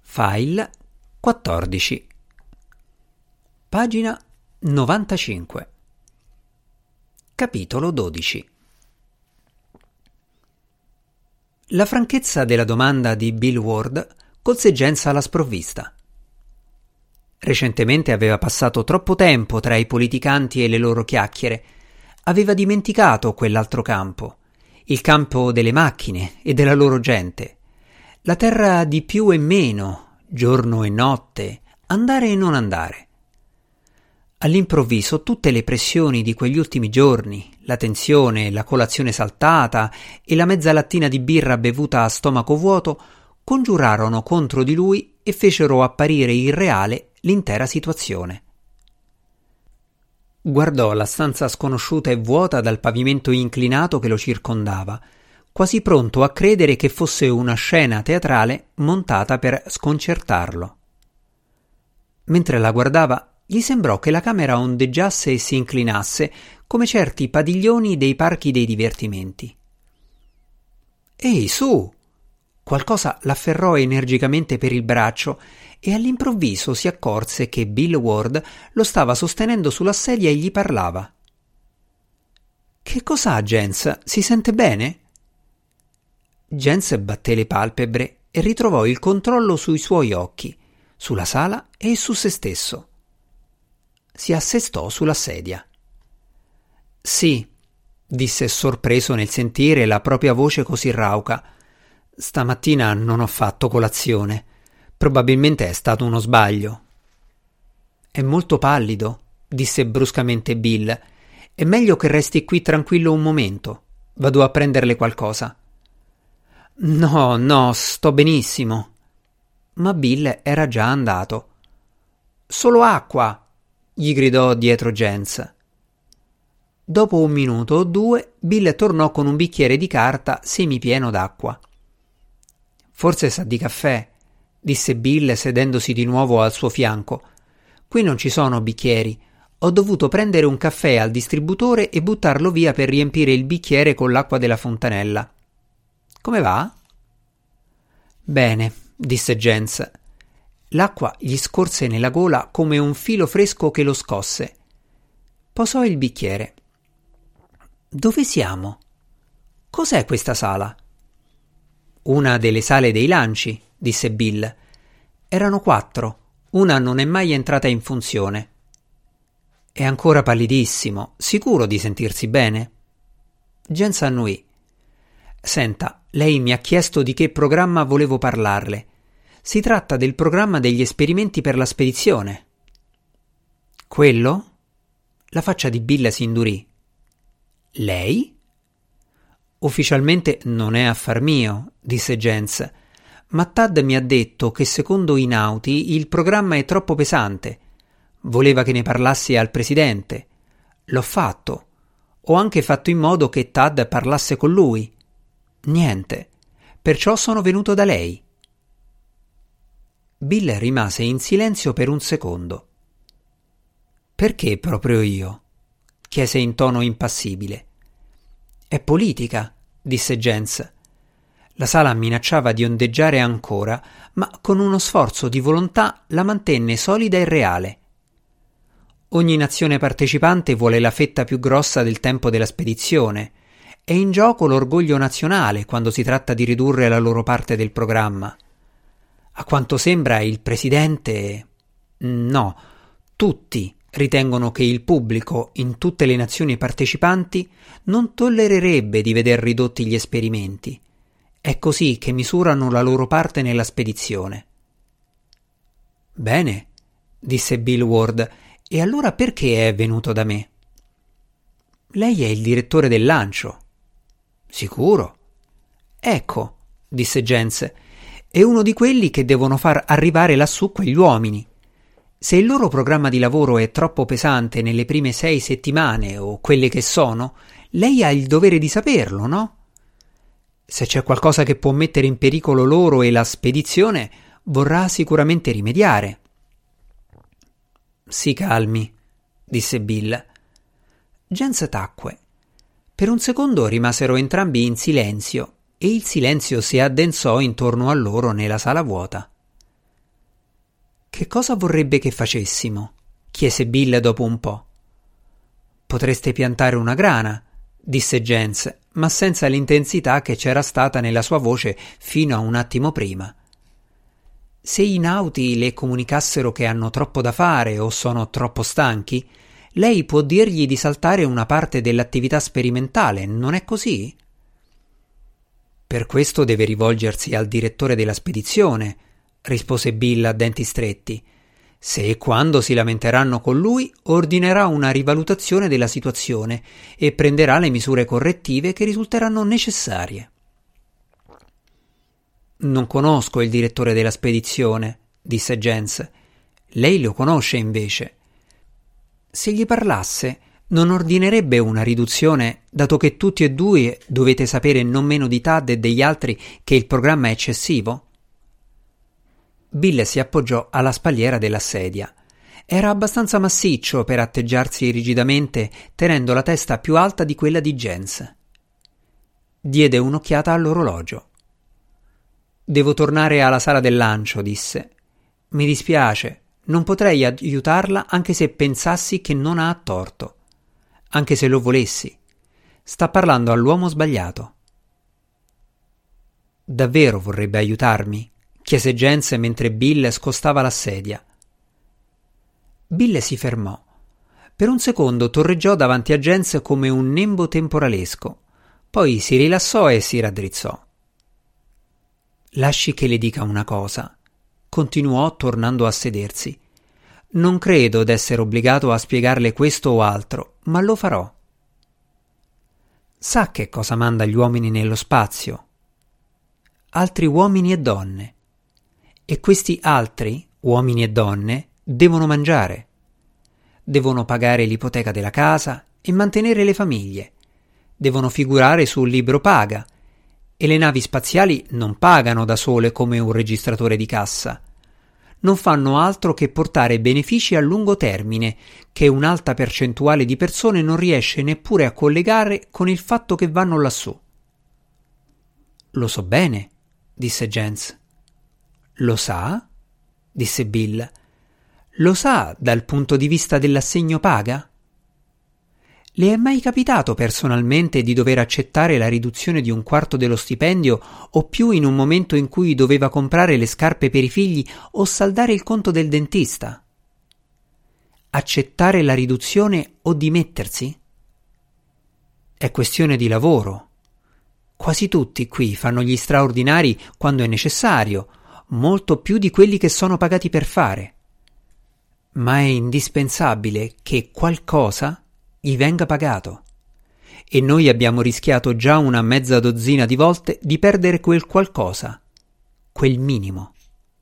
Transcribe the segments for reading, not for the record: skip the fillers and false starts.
File 14. Pagina 95. Capitolo 12. La franchezza della domanda di Bill Ward colse Jens alla sprovvista. Recentemente aveva passato troppo tempo tra i politicanti e le loro chiacchiere. Aveva dimenticato quell'altro campo, il campo delle macchine e della loro gente. La terra di più e meno, giorno e notte, andare e non andare. All'improvviso tutte le pressioni di quegli ultimi giorni, la tensione, la colazione saltata e la mezza lattina di birra bevuta a stomaco vuoto congiurarono contro di lui e fecero apparire irreale l'intera situazione. Guardò la stanza sconosciuta e vuota dal pavimento inclinato che lo circondava, quasi pronto a credere che fosse una scena teatrale montata per sconcertarlo. Mentre la guardava, gli sembrò che la camera ondeggiasse e si inclinasse come certi padiglioni dei parchi dei divertimenti. «Ehi, su!» Qualcosa l'afferrò energicamente per il braccio e all'improvviso si accorse che Bill Ward lo stava sostenendo sulla sedia e gli parlava. «Che cos'ha, Jens? Si sente bene?» Jens batté le palpebre e ritrovò il controllo sui suoi occhi, sulla sala e su se stesso. Si assestò sulla sedia. «Sì», disse sorpreso nel sentire la propria voce così rauca. «Stamattina non ho fatto colazione. Probabilmente è stato uno sbaglio». «È molto pallido», disse bruscamente Bill. «È meglio che resti qui tranquillo un momento. Vado a prenderle qualcosa». No, sto benissimo». Ma Bill era già andato. «Solo acqua!» gli gridò dietro Jens. Dopo un minuto o due, Bill tornò con un bicchiere di carta semipieno d'acqua. «Forse sa di caffè», disse Bill sedendosi di nuovo al suo fianco. «Qui non ci sono bicchieri. Ho dovuto prendere un caffè al distributore e buttarlo via per riempire il bicchiere con l'acqua della fontanella. Come va?» «Bene», disse Jens. L'acqua gli scorse nella gola come un filo fresco che lo scosse. Posò il bicchiere. «Dove siamo? Cos'è questa sala?» «Una delle sale dei lanci», disse Bill. «Erano 4. Una non è mai entrata in funzione». «È ancora pallidissimo. Sicuro di sentirsi bene?» Jens annuì. «Senta, lei mi ha chiesto di che programma volevo parlarle. Si tratta del programma degli esperimenti per la spedizione». «Quello?» La faccia di Bill si indurì. «Lei?» «Ufficialmente non è affar mio», disse Jens, «ma Tad mi ha detto che secondo i nauti il programma è troppo pesante. Voleva che ne parlassi al presidente. L'ho fatto. Ho anche fatto in modo che Tad parlasse con lui. Niente. Perciò sono venuto da lei». Bill rimase in silenzio per un secondo. «Perché proprio io?» chiese in tono impassibile. «È politica», disse Jens. La sala minacciava di ondeggiare ancora, ma con uno sforzo di volontà la mantenne solida e reale. Ogni nazione partecipante vuole la fetta più grossa del tempo della spedizione. È in gioco l'orgoglio nazionale quando si tratta di ridurre la loro parte del programma. A quanto sembra il presidente... No, tutti ritengono che il pubblico in tutte le nazioni partecipanti non tollererebbe di veder ridotti gli esperimenti. È così che misurano la loro parte nella spedizione. «Bene», disse Bill Ward, «e allora perché è venuto da me?» «Lei è il direttore del lancio». «Sicuro?» «Ecco», disse Jens, «è uno di quelli che devono far arrivare lassù quegli uomini. Se il loro programma di lavoro è troppo pesante nelle prime 6 settimane o quelle che sono, lei ha il dovere di saperlo, no? Se c'è qualcosa che può mettere in pericolo loro e la spedizione, vorrà sicuramente rimediare». «Si calmi», disse Bill. Jens tacque. Per un secondo rimasero entrambi in silenzio e il silenzio si addensò intorno a loro nella sala vuota. Che cosa vorrebbe che facessimo? Chiese Bill dopo un po'. Potreste piantare una grana, disse Jens, ma senza l'intensità che c'era stata nella sua voce fino a un attimo prima. Se i nauti le comunicassero che hanno troppo da fare o sono troppo stanchi, lei può dirgli di saltare una parte dell'attività sperimentale, non è così? Per questo deve rivolgersi al direttore della spedizione, rispose Bill a denti stretti. Se e quando si lamenteranno con lui, ordinerà una rivalutazione della situazione e prenderà le misure correttive che risulteranno necessarie. Non conosco il direttore della spedizione, disse Jens. Lei lo conosce invece. Se gli parlasse, non ordinerebbe una riduzione, dato che tutti e due dovete sapere non meno di Tad e degli altri che il programma è eccessivo? Bill si appoggiò alla spalliera della sedia. Era abbastanza massiccio per atteggiarsi rigidamente, tenendo la testa più alta di quella di Jens. Diede un'occhiata all'orologio. «Devo tornare alla sala del lancio», disse. «Mi dispiace, non potrei aiutarla anche se pensassi che non ha torto. Anche se lo volessi. Sta parlando all'uomo sbagliato». «Davvero vorrebbe aiutarmi?» chiese Jens mentre Bill scostava la sedia. Bill si fermò. Per un secondo torreggiò davanti a Jens come un nembo temporalesco. Poi si rilassò e si raddrizzò. «Lasci che le dica una cosa», continuò tornando a sedersi. «Non credo d'essere obbligato a spiegarle questo o altro, ma lo farò. Sa che cosa manda gli uomini nello spazio? Altri uomini e donne. E questi altri, uomini e donne, devono mangiare. Devono pagare l'ipoteca della casa e mantenere le famiglie. Devono figurare sul libro paga. E le navi spaziali non pagano da sole come un registratore di cassa. Non fanno altro che portare benefici a lungo termine, che un'alta percentuale di persone non riesce neppure a collegare con il fatto che vanno lassù». «Lo so bene», disse Jens. «Lo sa?» disse Bill. «Lo sa dal punto di vista dell'assegno paga? Le è mai capitato personalmente di dover accettare la riduzione di un quarto dello stipendio o più in un momento in cui doveva comprare le scarpe per i figli o saldare il conto del dentista? Accettare la riduzione o dimettersi? È questione di lavoro. Quasi tutti qui fanno gli straordinari quando è necessario, molto più di quelli che sono pagati per fare. Ma è indispensabile che qualcosa gli venga pagato. E noi abbiamo rischiato già una mezza dozzina di volte di perdere quel qualcosa, quel minimo».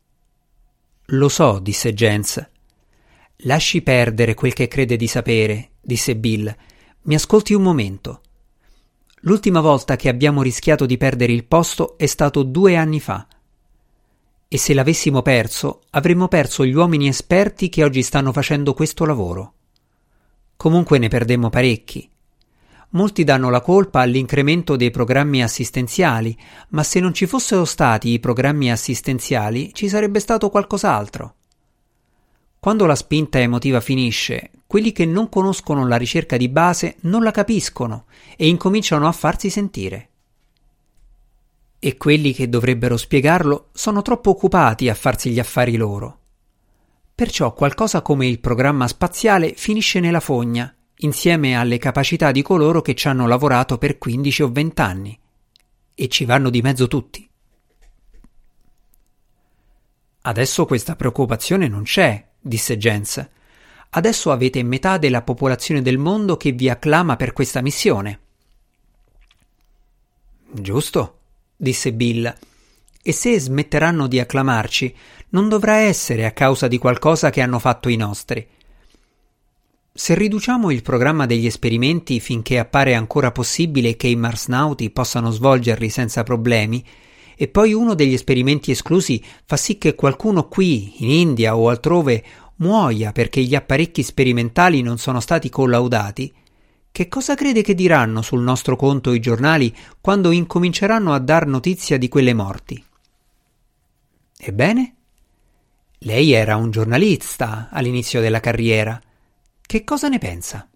«Lo so», disse Jens. «Lasci perdere quel che crede di sapere», disse Bill. «Mi ascolti un momento. L'ultima volta che abbiamo rischiato di perdere il posto è stato 2 anni fa. E se l'avessimo perso, avremmo perso gli uomini esperti che oggi stanno facendo questo lavoro. Comunque ne perdemmo parecchi. Molti danno la colpa all'incremento dei programmi assistenziali, ma se non ci fossero stati i programmi assistenziali ci sarebbe stato qualcos'altro. Quando la spinta emotiva finisce, quelli che non conoscono la ricerca di base non la capiscono e incominciano a farsi sentire. E quelli che dovrebbero spiegarlo sono troppo occupati a farsi gli affari loro. Perciò qualcosa come il programma spaziale finisce nella fogna, insieme alle capacità di coloro che ci hanno lavorato per 15 o 20 anni. E ci vanno di mezzo tutti. «Adesso questa preoccupazione non c'è», disse Jens. «Adesso avete metà della popolazione del mondo che vi acclama per questa missione». «Giusto», disse Bill. «E se smetteranno di acclamarci, non dovrà essere a causa di qualcosa che hanno fatto i nostri. Se riduciamo il programma degli esperimenti finché appare ancora possibile che i marsnauti possano svolgerli senza problemi, e poi uno degli esperimenti esclusi fa sì che qualcuno qui, in India o altrove, muoia perché gli apparecchi sperimentali non sono stati collaudati, che cosa crede che diranno sul nostro conto i giornali quando incominceranno a dar notizia di quelle morti? Ebbene? Lei era un giornalista all'inizio della carriera. Che cosa ne pensa?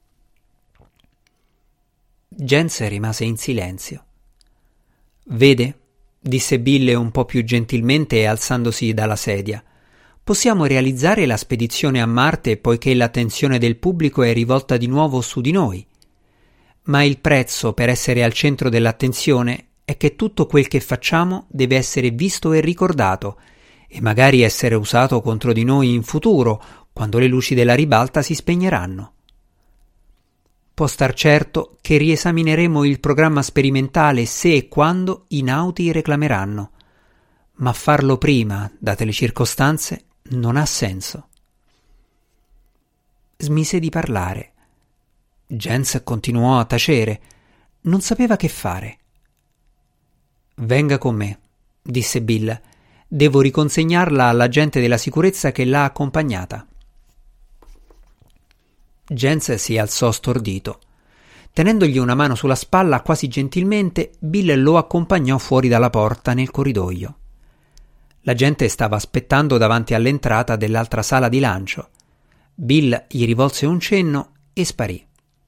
Jens rimase in silenzio. Vede, disse Bill un po' più gentilmente e alzandosi dalla sedia. Possiamo realizzare la spedizione a Marte poiché l'attenzione del pubblico è rivolta di nuovo su di noi. Ma il prezzo per essere al centro dell'attenzione è che tutto quel che facciamo deve essere visto e ricordato e magari essere usato contro di noi in futuro, quando le luci della ribalta si spegneranno. Può star certo che riesamineremo il programma sperimentale se e quando i nauti reclameranno, ma farlo prima, date le circostanze, non ha senso. Smise di parlare. Jens continuò a tacere. Non sapeva che fare. Venga con me, disse Bill. Devo riconsegnarla all'agente della sicurezza che l'ha accompagnata. Jens si alzò stordito. Tenendogli una mano sulla spalla quasi gentilmente, Bill lo accompagnò fuori dalla porta nel corridoio. La gente stava aspettando davanti all'entrata dell'altra sala di lancio. Bill gli rivolse un cenno e sparì.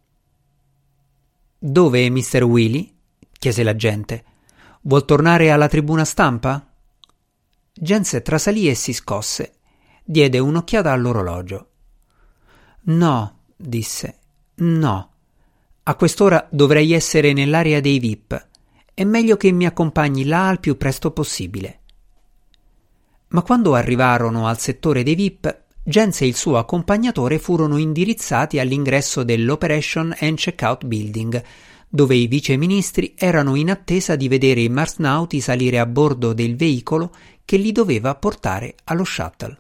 «Dove, Mr. Willy?» chiese l'agente. «Vuol tornare alla tribuna stampa?» Jens trasalì e si scosse. Diede un'occhiata all'orologio. «No», disse, «no. A quest'ora dovrei essere nell'area dei VIP. È meglio che mi accompagni là al più presto possibile». Ma quando arrivarono al settore dei VIP, Jens e il suo accompagnatore furono indirizzati all'ingresso dell'Operation and Checkout Building, dove i viceministri erano in attesa di vedere i marsnauti salire a bordo del veicolo che li doveva portare allo shuttle.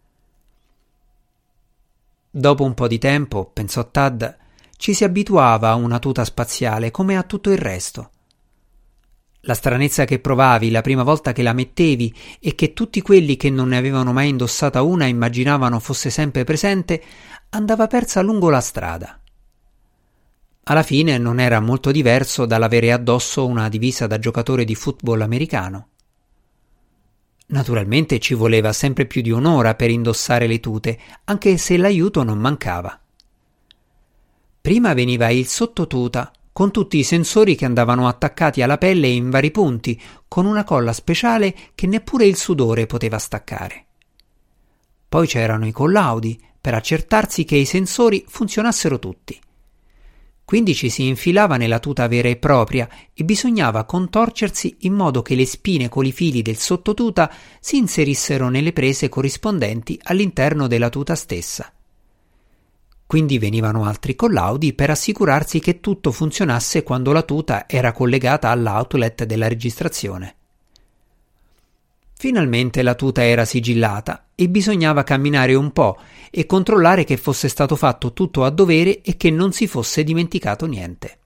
Dopo un po' di tempo, pensò Tad, ci si abituava a una tuta spaziale come a tutto il resto. La stranezza che provavi la prima volta che la mettevi e che tutti quelli che non ne avevano mai indossata una immaginavano fosse sempre presente andava persa lungo la strada. Alla fine non era molto diverso dall'avere addosso una divisa da giocatore di football americano. Naturalmente ci voleva sempre più di un'ora per indossare le tute, anche se l'aiuto non mancava. Prima veniva il sottotuta, con tutti i sensori che andavano attaccati alla pelle in vari punti, con una colla speciale che neppure il sudore poteva staccare. Poi c'erano i collaudi, per accertarsi che i sensori funzionassero tutti. Quindi ci si infilava nella tuta vera e propria e bisognava contorcersi in modo che le spine con i fili del sottotuta si inserissero nelle prese corrispondenti all'interno della tuta stessa. Quindi venivano altri collaudi per assicurarsi che tutto funzionasse quando la tuta era collegata all'outlet della registrazione. Finalmente la tuta era sigillata e bisognava camminare un po' e controllare che fosse stato fatto tutto a dovere e che non si fosse dimenticato niente.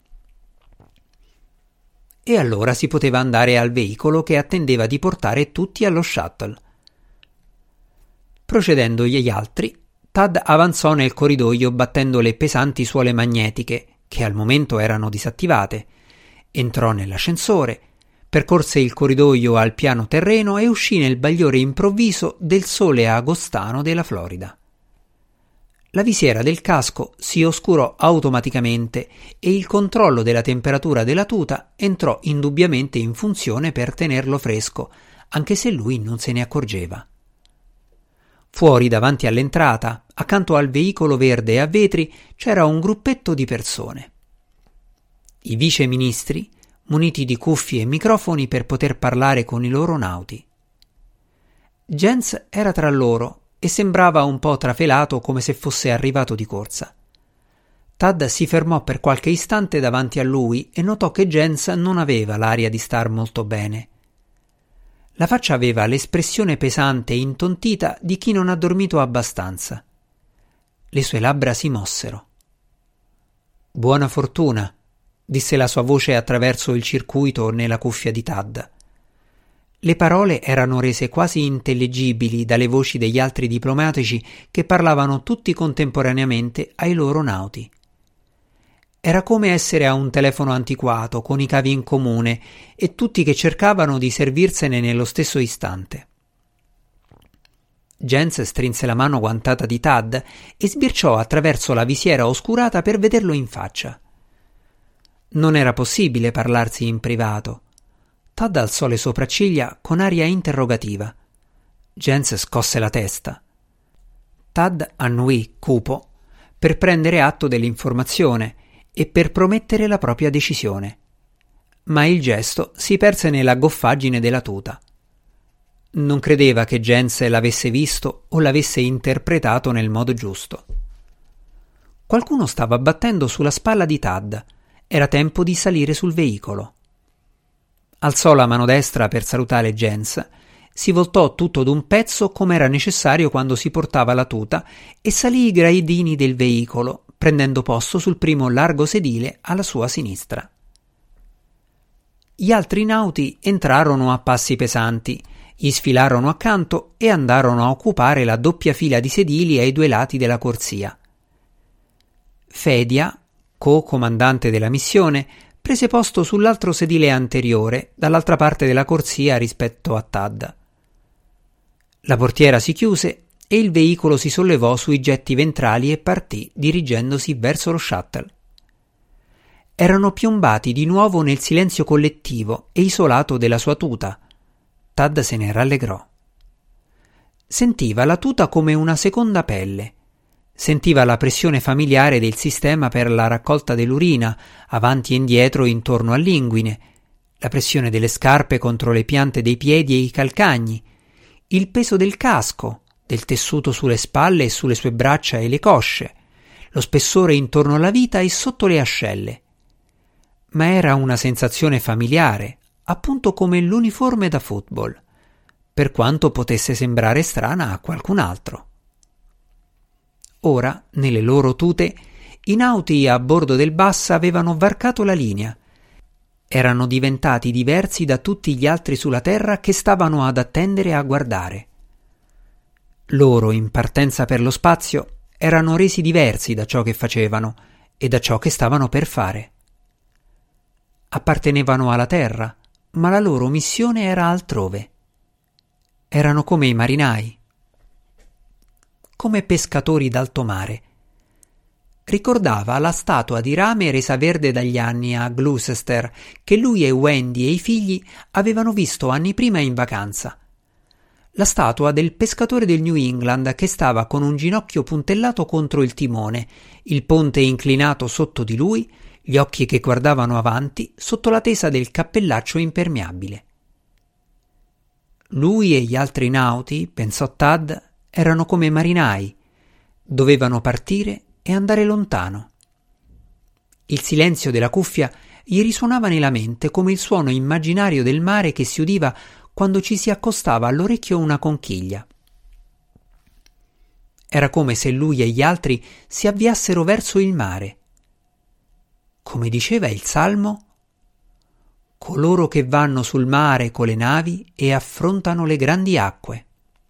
E allora si poteva andare al veicolo che attendeva di portare tutti allo shuttle. Procedendo gli altri, Tad avanzò nel corridoio battendo le pesanti suole magnetiche, che al momento erano disattivate, entrò nell'ascensore, percorse il corridoio al piano terreno e uscì nel bagliore improvviso del sole agostano della Florida. La visiera del casco si oscurò automaticamente e il controllo della temperatura della tuta entrò indubbiamente in funzione per tenerlo fresco, anche se lui non se ne accorgeva. Fuori, davanti all'entrata, accanto al veicolo verde a vetri, c'era un gruppetto di persone. I vice ministri, muniti di cuffie e microfoni per poter parlare con i loro nauti. Jens era tra loro e sembrava un po' trafelato come se fosse arrivato di corsa. Tad si fermò per qualche istante davanti a lui e notò che Jens non aveva l'aria di star molto bene. La faccia aveva l'espressione pesante e intontita di chi non ha dormito abbastanza. Le sue labbra si mossero. «Buona fortuna», disse la sua voce attraverso il circuito nella cuffia di Tad. Le parole erano rese quasi intellegibili dalle voci degli altri diplomatici che parlavano tutti contemporaneamente ai loro nauti. Era come essere a un telefono antiquato con i cavi in comune e tutti che cercavano di servirsene nello stesso istante. Jens strinse la mano guantata di Tad e sbirciò attraverso la visiera oscurata per vederlo in faccia. Non era possibile parlarsi in privato. Tad alzò le sopracciglia con aria interrogativa. Jens scosse la testa. Tad annuì, cupo, per prendere atto dell'informazione e per promettere la propria decisione. Ma il gesto si perse nella goffaggine della tuta. Non credeva che Jens l'avesse visto o l'avesse interpretato nel modo giusto. Qualcuno stava battendo sulla spalla di Tad. Era tempo di salire sul veicolo. Alzò la mano destra per salutare Jens, si voltò tutto d'un pezzo come era necessario quando si portava la tuta e salì i gradini del veicolo, prendendo posto sul primo largo sedile alla sua sinistra. Gli altri nauti entrarono a passi pesanti, gli sfilarono accanto e andarono a occupare la doppia fila di sedili ai due lati della corsia. Fedia, co-comandante della missione, prese posto sull'altro sedile anteriore, dall'altra parte della corsia rispetto a Tad. La portiera si chiuse e il veicolo si sollevò sui getti ventrali e partì dirigendosi verso lo shuttle. Erano piombati di nuovo nel silenzio collettivo e isolato della sua tuta. Tad se ne rallegrò. Sentiva la tuta come una seconda pelle. Sentiva la pressione familiare del sistema per la raccolta dell'urina, avanti e indietro intorno all'inguine, la pressione delle scarpe contro le piante dei piedi e i calcagni, il peso del casco, del tessuto sulle spalle e sulle sue braccia e le cosce, lo spessore intorno alla vita e sotto le ascelle. Ma era una sensazione familiare, appunto come l'uniforme da football, per quanto potesse sembrare strana a qualcun altro. Ora, nelle loro tute, i nauti a bordo del bus avevano varcato la linea. Erano diventati diversi da tutti gli altri sulla terra che stavano ad attendere a guardare. Loro, in partenza per lo spazio, erano resi diversi da ciò che facevano e da ciò che stavano per fare. Appartenevano alla terra, ma la loro missione era altrove. Erano come i marinai, come pescatori d'alto mare. Ricordava la statua di rame resa verde dagli anni a Gloucester che lui e Wendy e i figli avevano visto anni prima in vacanza. La statua del pescatore del New England che stava con un ginocchio puntellato contro il timone, il ponte inclinato sotto di lui, gli occhi che guardavano avanti sotto la tesa del cappellaccio impermeabile. Lui e gli altri nauti, pensò Tad, erano come marinai, dovevano partire e andare lontano. Il silenzio della cuffia gli risuonava nella mente come il suono immaginario del mare che si udiva quando ci si accostava all'orecchio una conchiglia. Era come se lui e gli altri si avviassero verso il mare. Come diceva il Salmo, coloro che vanno sul mare con le navi e affrontano le grandi acque.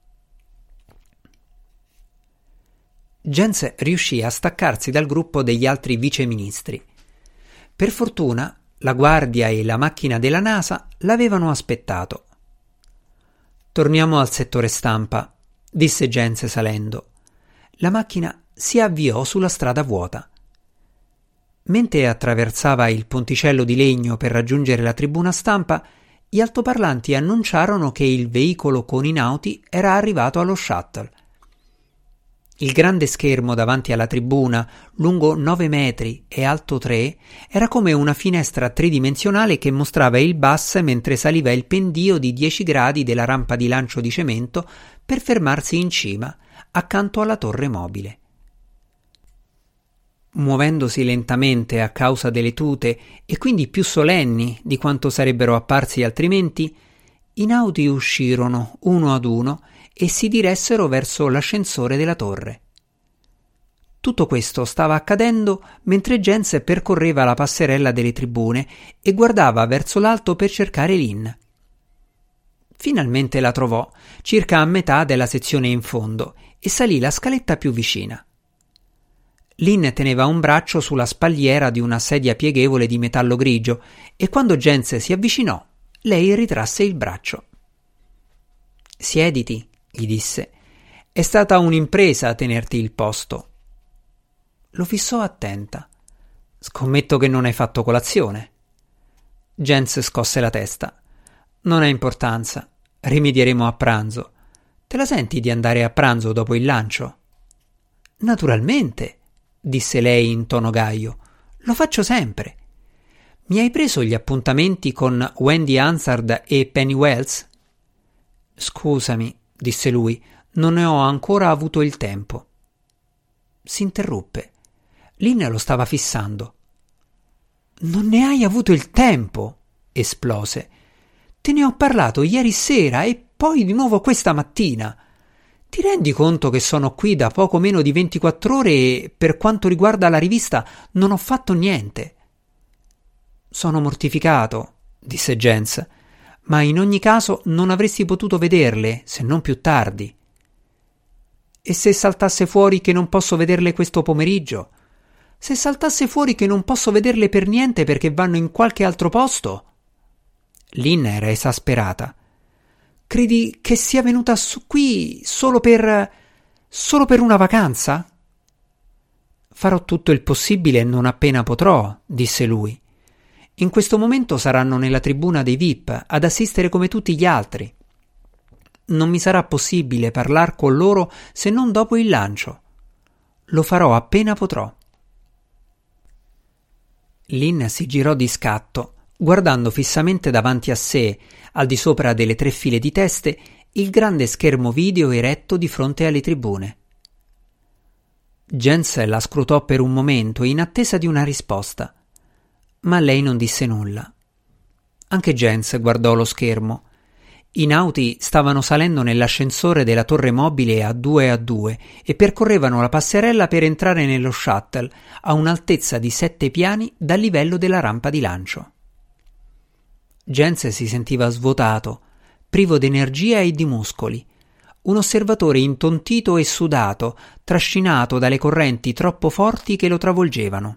Jens riuscì a staccarsi dal gruppo degli altri viceministri. Per fortuna, la guardia e la macchina della NASA l'avevano aspettato. «Torniamo al settore stampa», disse Jens salendo. La macchina si avviò sulla strada vuota. Mentre attraversava il ponticello di legno per raggiungere la tribuna stampa, gli altoparlanti annunciarono che il veicolo con i nauti era arrivato allo shuttle. Il grande schermo davanti alla tribuna, lungo 9 metri e alto 3, era come una finestra tridimensionale che mostrava il bus mentre saliva il pendio di 10 gradi della rampa di lancio di cemento per fermarsi in cima, accanto alla torre mobile. Muovendosi lentamente a causa delle tute e quindi più solenni di quanto sarebbero apparsi altrimenti, i nauti uscirono uno ad uno e si diressero verso l'ascensore della torre. Tutto questo stava accadendo mentre Jens percorreva la passerella delle tribune e guardava verso l'alto per cercare Lynn. Finalmente la trovò, circa a metà della sezione in fondo, e salì la scaletta più vicina. Lynn teneva un braccio sulla spalliera di una sedia pieghevole di metallo grigio e quando Jens si avvicinò, lei ritrasse il braccio. «Siediti», gli disse. È stata un'impresa tenerti il posto. Lo fissò attenta. Scommetto che non hai fatto colazione. Jens scosse la testa. Non ha importanza. Rimedieremo a pranzo. Te la senti di andare a pranzo dopo il lancio? Naturalmente, disse lei in tono gaio. Lo faccio sempre. Mi hai preso gli appuntamenti con Wendy Hansard e Penny Wells? Scusami, disse lui, non ne ho ancora avuto il tempo. S'interruppe. Lynn lo stava fissando. Non ne hai avuto il tempo? Esplose. Te ne ho parlato ieri sera e poi di nuovo questa mattina. Ti rendi conto che sono qui da poco meno di 24 ore e per quanto riguarda la rivista non ho fatto niente? Sono mortificato, disse Jens, ma in ogni caso non avresti potuto vederle, se non più tardi. E se saltasse fuori che non posso vederle questo pomeriggio? Se saltasse fuori che non posso vederle per niente perché vanno in qualche altro posto? Lynn era esasperata. Credi che sia venuta su qui solo per una vacanza? Farò tutto il possibile non appena potrò, disse lui. In questo momento saranno nella tribuna dei VIP ad assistere come tutti gli altri. Non mi sarà possibile parlar con loro se non dopo il lancio. Lo farò appena potrò. Lynn si girò di scatto, guardando fissamente davanti a sé, al di sopra delle 3 file di teste, il grande schermo video eretto di fronte alle tribune. Jens la scrutò per un momento in attesa di una risposta, ma lei non disse nulla. Anche Jens guardò lo schermo. I nauti stavano salendo nell'ascensore della torre mobile a 2 e percorrevano la passerella per entrare nello shuttle a un'altezza di 7 piani dal livello della rampa di lancio. Jens si sentiva svuotato, privo d'energia e di muscoli, un osservatore intontito e sudato, trascinato dalle correnti troppo forti che lo travolgevano.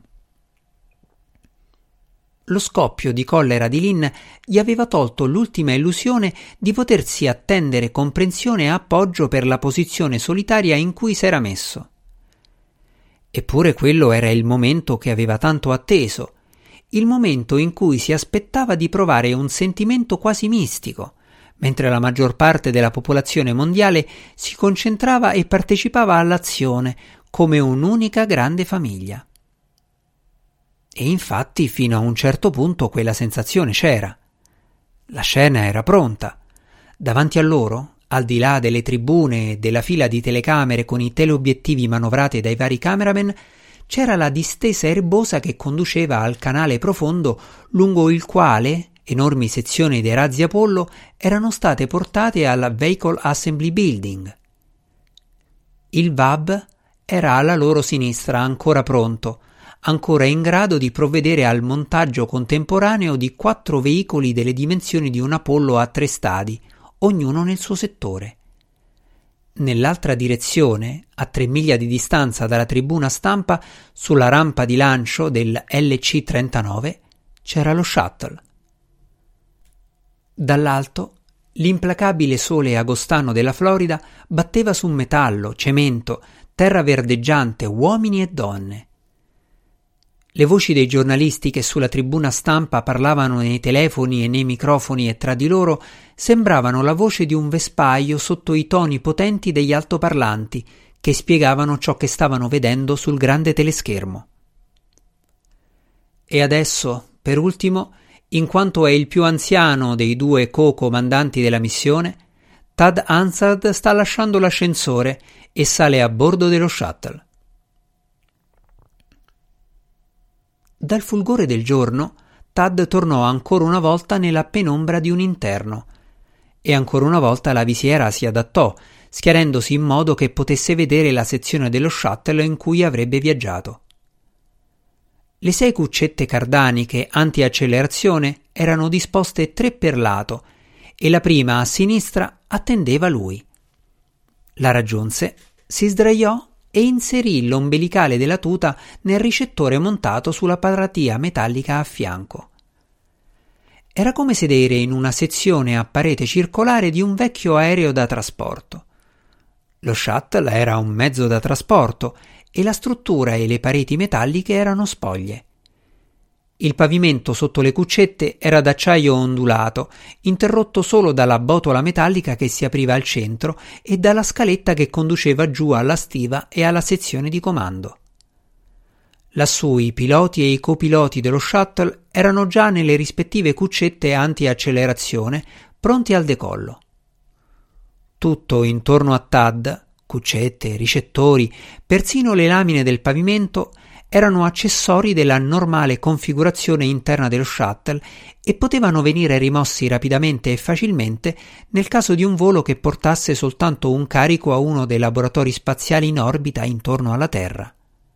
Lo scoppio di collera di Lynn gli aveva tolto l'ultima illusione di potersi attendere comprensione e appoggio per la posizione solitaria in cui s'era messo. Eppure quello era il momento che aveva tanto atteso, il momento in cui si aspettava di provare un sentimento quasi mistico, mentre la maggior parte della popolazione mondiale si concentrava e partecipava all'azione come un'unica grande famiglia. E infatti fino a un certo punto quella sensazione c'era. La scena era pronta. Davanti a loro, al di là delle tribune e della fila di telecamere con i teleobiettivi manovrati dai vari cameraman, c'era la distesa erbosa che conduceva al canale profondo lungo il quale enormi sezioni dei razzi Apollo erano state portate al Vehicle Assembly Building. Il VAB era alla loro sinistra, ancora pronto, ancora in grado di provvedere al montaggio contemporaneo di 4 veicoli delle dimensioni di un Apollo a 3 stadi, ognuno nel suo settore. Nell'altra direzione, a 3 miglia di distanza dalla tribuna stampa, sulla rampa di lancio del LC-39, c'era lo shuttle. Dall'alto, l'implacabile sole agostano della Florida batteva su metallo, cemento, terra verdeggiante, uomini e donne. Le voci dei giornalisti che sulla tribuna stampa parlavano nei telefoni e nei microfoni e tra di loro sembravano la voce di un vespaio sotto i toni potenti degli altoparlanti che spiegavano ciò che stavano vedendo sul grande teleschermo. E adesso, per ultimo, in quanto è il più anziano dei 2 co-comandanti della missione, Tad Hansard sta lasciando l'ascensore e sale a bordo dello shuttle. Dal fulgore del giorno, Tad tornò ancora una volta nella penombra di un interno e ancora una volta la visiera si adattò, schiarendosi in modo che potesse vedere la sezione dello shuttle in cui avrebbe viaggiato. Le 6 cuccette cardaniche anti-accelerazione erano disposte 3 per lato e la prima a sinistra attendeva lui. La raggiunse, si sdraiò e inserì l'ombelicale della tuta nel ricettore montato sulla paratia metallica a fianco. Era come sedere in una sezione a parete circolare di un vecchio aereo da trasporto. Lo shuttle era un mezzo da trasporto e la struttura e le pareti metalliche erano spoglie. Il pavimento sotto le cuccette era d'acciaio ondulato, interrotto solo dalla botola metallica che si apriva al centro e dalla scaletta che conduceva giù alla stiva e alla sezione di comando. Lassù i piloti e i copiloti dello shuttle erano già nelle rispettive cuccette anti-accelerazione, pronti al decollo. Tutto intorno a Tad, cuccette, ricettori, persino le lamine del pavimento, erano accessori della normale configurazione interna dello shuttle e potevano venire rimossi rapidamente e facilmente nel caso di un volo che portasse soltanto un carico a uno dei laboratori spaziali in orbita intorno alla Terra.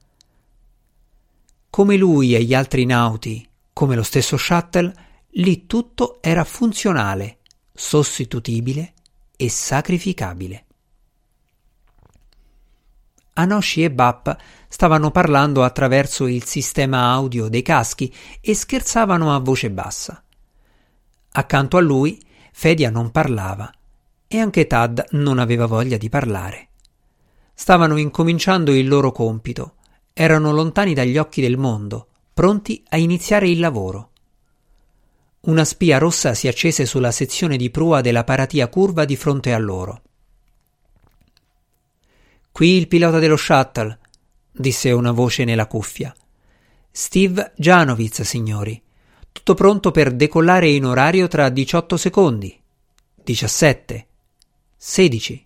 Come lui e gli altri nauti, come lo stesso shuttle, lì tutto era funzionale, sostituibile e sacrificabile. Anoshi e Bap stavano parlando attraverso il sistema audio dei caschi e scherzavano a voce bassa. Accanto a lui, Fedia non parlava e anche Tad non aveva voglia di parlare. Stavano incominciando il loro compito, erano lontani dagli occhi del mondo, pronti a iniziare il lavoro. Una spia rossa si accese sulla sezione di prua della paratia curva di fronte a loro. «Qui il pilota dello shuttle», disse una voce nella cuffia. «Steve Janovitz, signori. Tutto pronto per decollare in orario tra 18 secondi. 17. 16».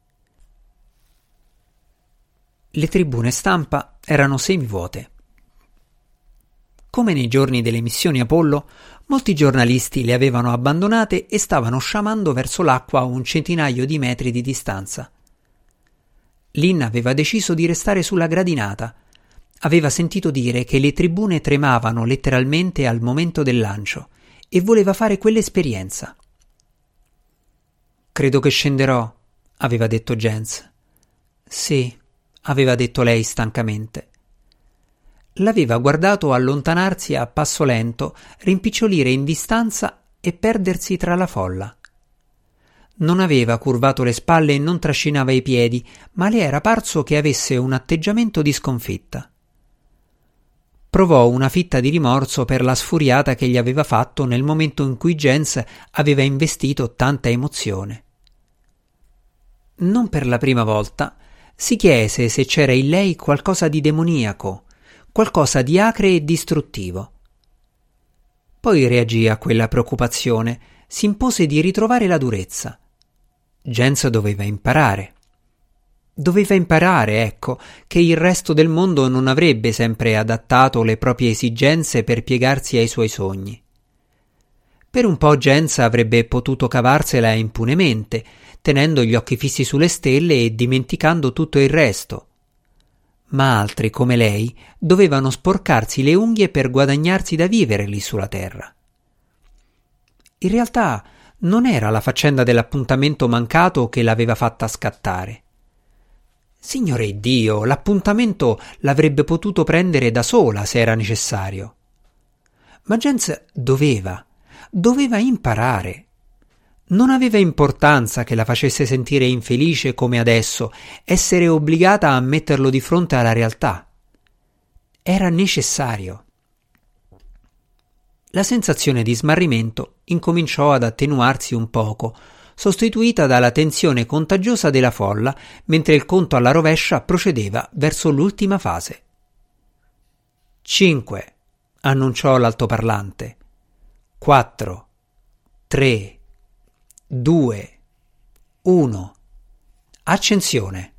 Le tribune stampa erano semivuote. Come nei giorni delle missioni Apollo, molti giornalisti le avevano abbandonate e stavano sciamando verso l'acqua a un centinaio di metri di distanza. Lynn aveva deciso di restare sulla gradinata. Aveva sentito dire che le tribune tremavano letteralmente al momento del lancio e voleva fare quell'esperienza. «Credo che scenderò», aveva detto Jens. «Sì», aveva detto lei stancamente. L'aveva guardato allontanarsi a passo lento, rimpicciolire in distanza e perdersi tra la folla. Non aveva curvato le spalle e non trascinava i piedi, ma le era parso che avesse un atteggiamento di sconfitta. Provò una fitta di rimorso per la sfuriata che gli aveva fatto nel momento in cui Jens aveva investito tanta emozione. Non per la prima volta si chiese se c'era in lei qualcosa di demoniaco, qualcosa di acre e distruttivo. Poi reagì a quella preoccupazione, si impose di ritrovare la durezza. Jens doveva imparare. Doveva imparare, ecco, che il resto del mondo non avrebbe sempre adattato le proprie esigenze per piegarsi ai suoi sogni. Per un po' Jens avrebbe potuto cavarsela impunemente, tenendo gli occhi fissi sulle stelle e dimenticando tutto il resto. Ma altri, come lei, dovevano sporcarsi le unghie per guadagnarsi da vivere lì sulla terra. In realtà non era la faccenda dell'appuntamento mancato che l'aveva fatta scattare. Signore Dio, l'appuntamento l'avrebbe potuto prendere da sola se era necessario. Ma Jens doveva imparare. Non aveva importanza che la facesse sentire infelice come adesso, essere obbligata a metterlo di fronte alla realtà. Era necessario. La sensazione di smarrimento incominciò ad attenuarsi un poco, sostituita dalla tensione contagiosa della folla, mentre il conto alla rovescia procedeva verso l'ultima fase. 5, annunciò l'altoparlante. 4, 3, 2, 1. Accensione.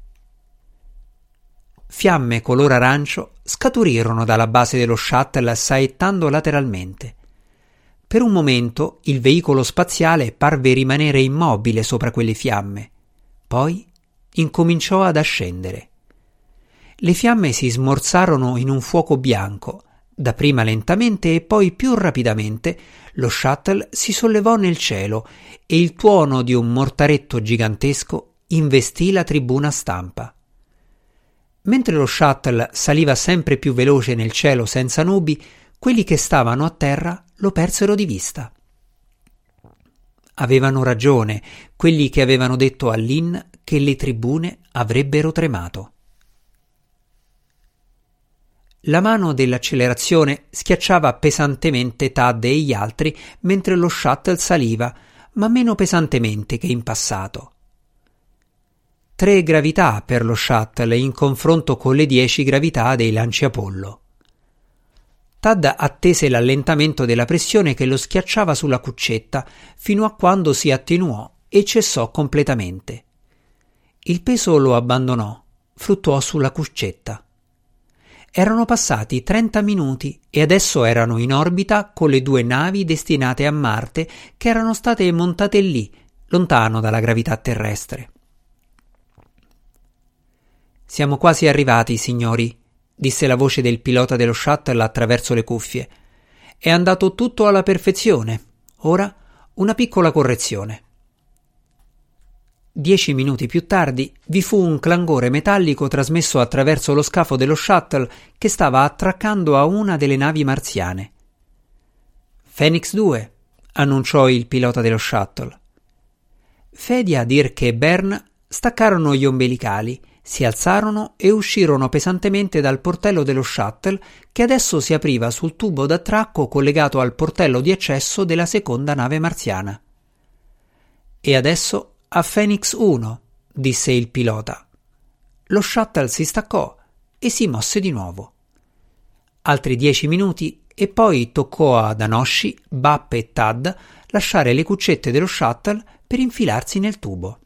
Fiamme color arancio scaturirono dalla base dello shuttle saettando lateralmente. Per un momento il veicolo spaziale parve rimanere immobile sopra quelle fiamme. Poi incominciò ad ascendere. Le fiamme si smorzarono in un fuoco bianco. Dapprima lentamente e poi più rapidamente lo shuttle si sollevò nel cielo e il tuono di un mortaretto gigantesco investì la tribuna stampa. Mentre lo shuttle saliva sempre più veloce nel cielo senza nubi, quelli che stavano a terra lo persero di vista. Avevano ragione quelli che avevano detto a Lynn che le tribune avrebbero tremato. La mano dell'accelerazione schiacciava pesantemente Tad e gli altri mentre lo shuttle saliva, ma meno pesantemente che in passato. 3 gravità per lo shuttle in confronto con le 10 gravità dei lanci Apollo. Tad attese l'allentamento della pressione che lo schiacciava sulla cuccetta fino a quando si attenuò e cessò completamente. Il peso lo abbandonò, fluttuò sulla cuccetta. Erano passati 30 minuti e adesso erano in orbita con le 2 navi destinate a Marte che erano state montate lì, lontano dalla gravità terrestre. «Siamo quasi arrivati, signori», disse la voce del pilota dello shuttle attraverso le cuffie. «È andato tutto alla perfezione. Ora una piccola correzione». 10 minuti più tardi vi fu un clangore metallico trasmesso attraverso lo scafo dello shuttle che stava attraccando a una delle navi marziane. «Phoenix 2», annunciò il pilota dello shuttle. Fedia, Dirk e Bern staccarono gli ombelicali, si alzarono e uscirono pesantemente dal portello dello shuttle che adesso si apriva sul tubo d'attracco collegato al portello di accesso della seconda nave marziana. «E adesso a Phoenix 1», disse il pilota. Lo shuttle si staccò e si mosse di nuovo. Altri 10 minuti e poi toccò a Danoshi, Bap e Tad lasciare le cuccette dello shuttle per infilarsi nel tubo.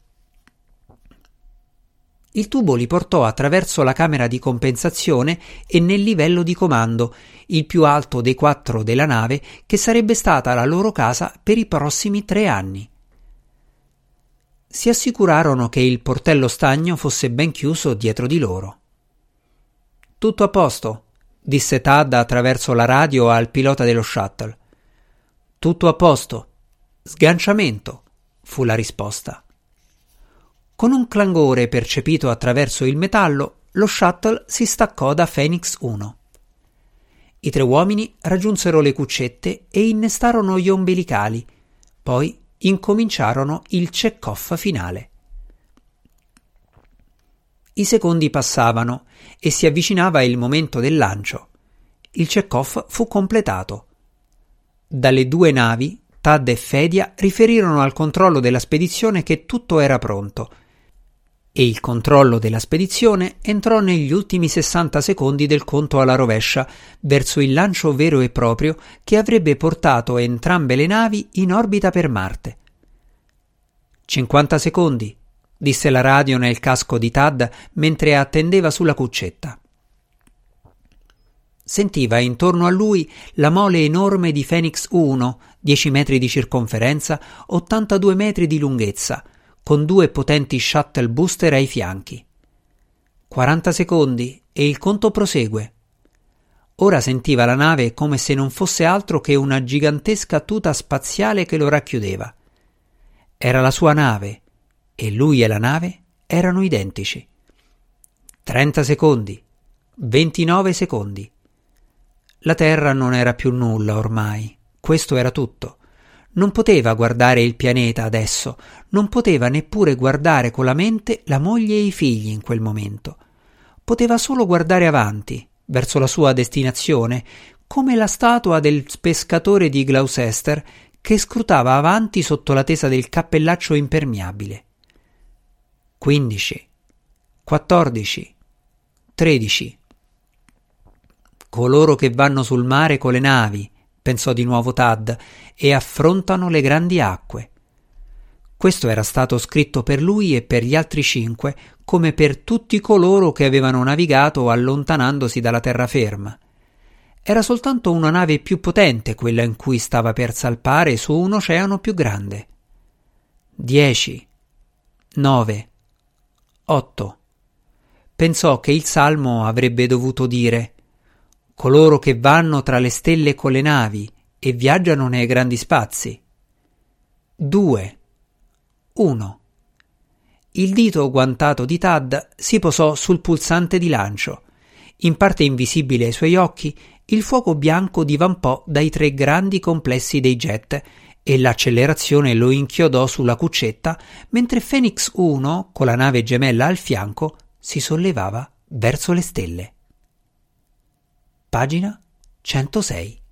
Il tubo li portò attraverso la camera di compensazione e nel livello di comando, il più alto dei 4 della nave, che sarebbe stata la loro casa per i prossimi 3 anni. Si assicurarono che il portello stagno fosse ben chiuso dietro di loro. «Tutto a posto», disse Tad attraverso la radio al pilota dello shuttle. «Tutto a posto. Sganciamento», fu la risposta. Con un clangore percepito attraverso il metallo, lo shuttle si staccò da Phoenix 1. I 3 uomini raggiunsero le cuccette e innestarono gli ombelicali, poi incominciarono il check-off finale. I secondi passavano e si avvicinava il momento del lancio. Il check-off fu completato. Dalle 2 navi, Tad e Fedia riferirono al controllo della spedizione che tutto era pronto, e il controllo della spedizione entrò negli ultimi 60 secondi del conto alla rovescia verso il lancio vero e proprio che avrebbe portato entrambe le navi in orbita per Marte. 50 secondi, disse la radio nel casco di Tad mentre attendeva sulla cuccetta. Sentiva intorno a lui la mole enorme di Phoenix 1, 10 metri di circonferenza, 82 metri di lunghezza, con 2 potenti shuttle booster ai fianchi. 40 secondi e il conto prosegue. Ora sentiva la nave come se non fosse altro che una gigantesca tuta spaziale che lo racchiudeva. Era la sua nave e lui e la nave erano identici. 30 secondi, 29 secondi. La Terra non era più nulla ormai, questo era tutto. Non poteva guardare il pianeta adesso, non poteva neppure guardare con la mente la moglie e i figli in quel momento. Poteva solo guardare avanti, verso la sua destinazione, come la statua del pescatore di Gloucester che scrutava avanti sotto la tesa del cappellaccio impermeabile. 15, 14, 13. Coloro che vanno sul mare con le navi, pensò di nuovo Tad, e affrontano le grandi acque. Questo era stato scritto per lui e per gli altri 5, come per tutti coloro che avevano navigato allontanandosi dalla terraferma. Era soltanto una nave più potente quella in cui stava per salpare su un oceano più grande. 10, 9, 8. Pensò che il salmo avrebbe dovuto dire: coloro che vanno tra le stelle con le navi e viaggiano nei grandi spazi. 2, 1. Il dito guantato di Tad si posò sul pulsante di lancio. In parte invisibile ai suoi occhi, il fuoco bianco divampò dai 3 grandi complessi dei jet e l'accelerazione lo inchiodò sulla cuccetta mentre Phoenix 1, con la nave gemella al fianco, si sollevava verso le stelle. Pagina 106.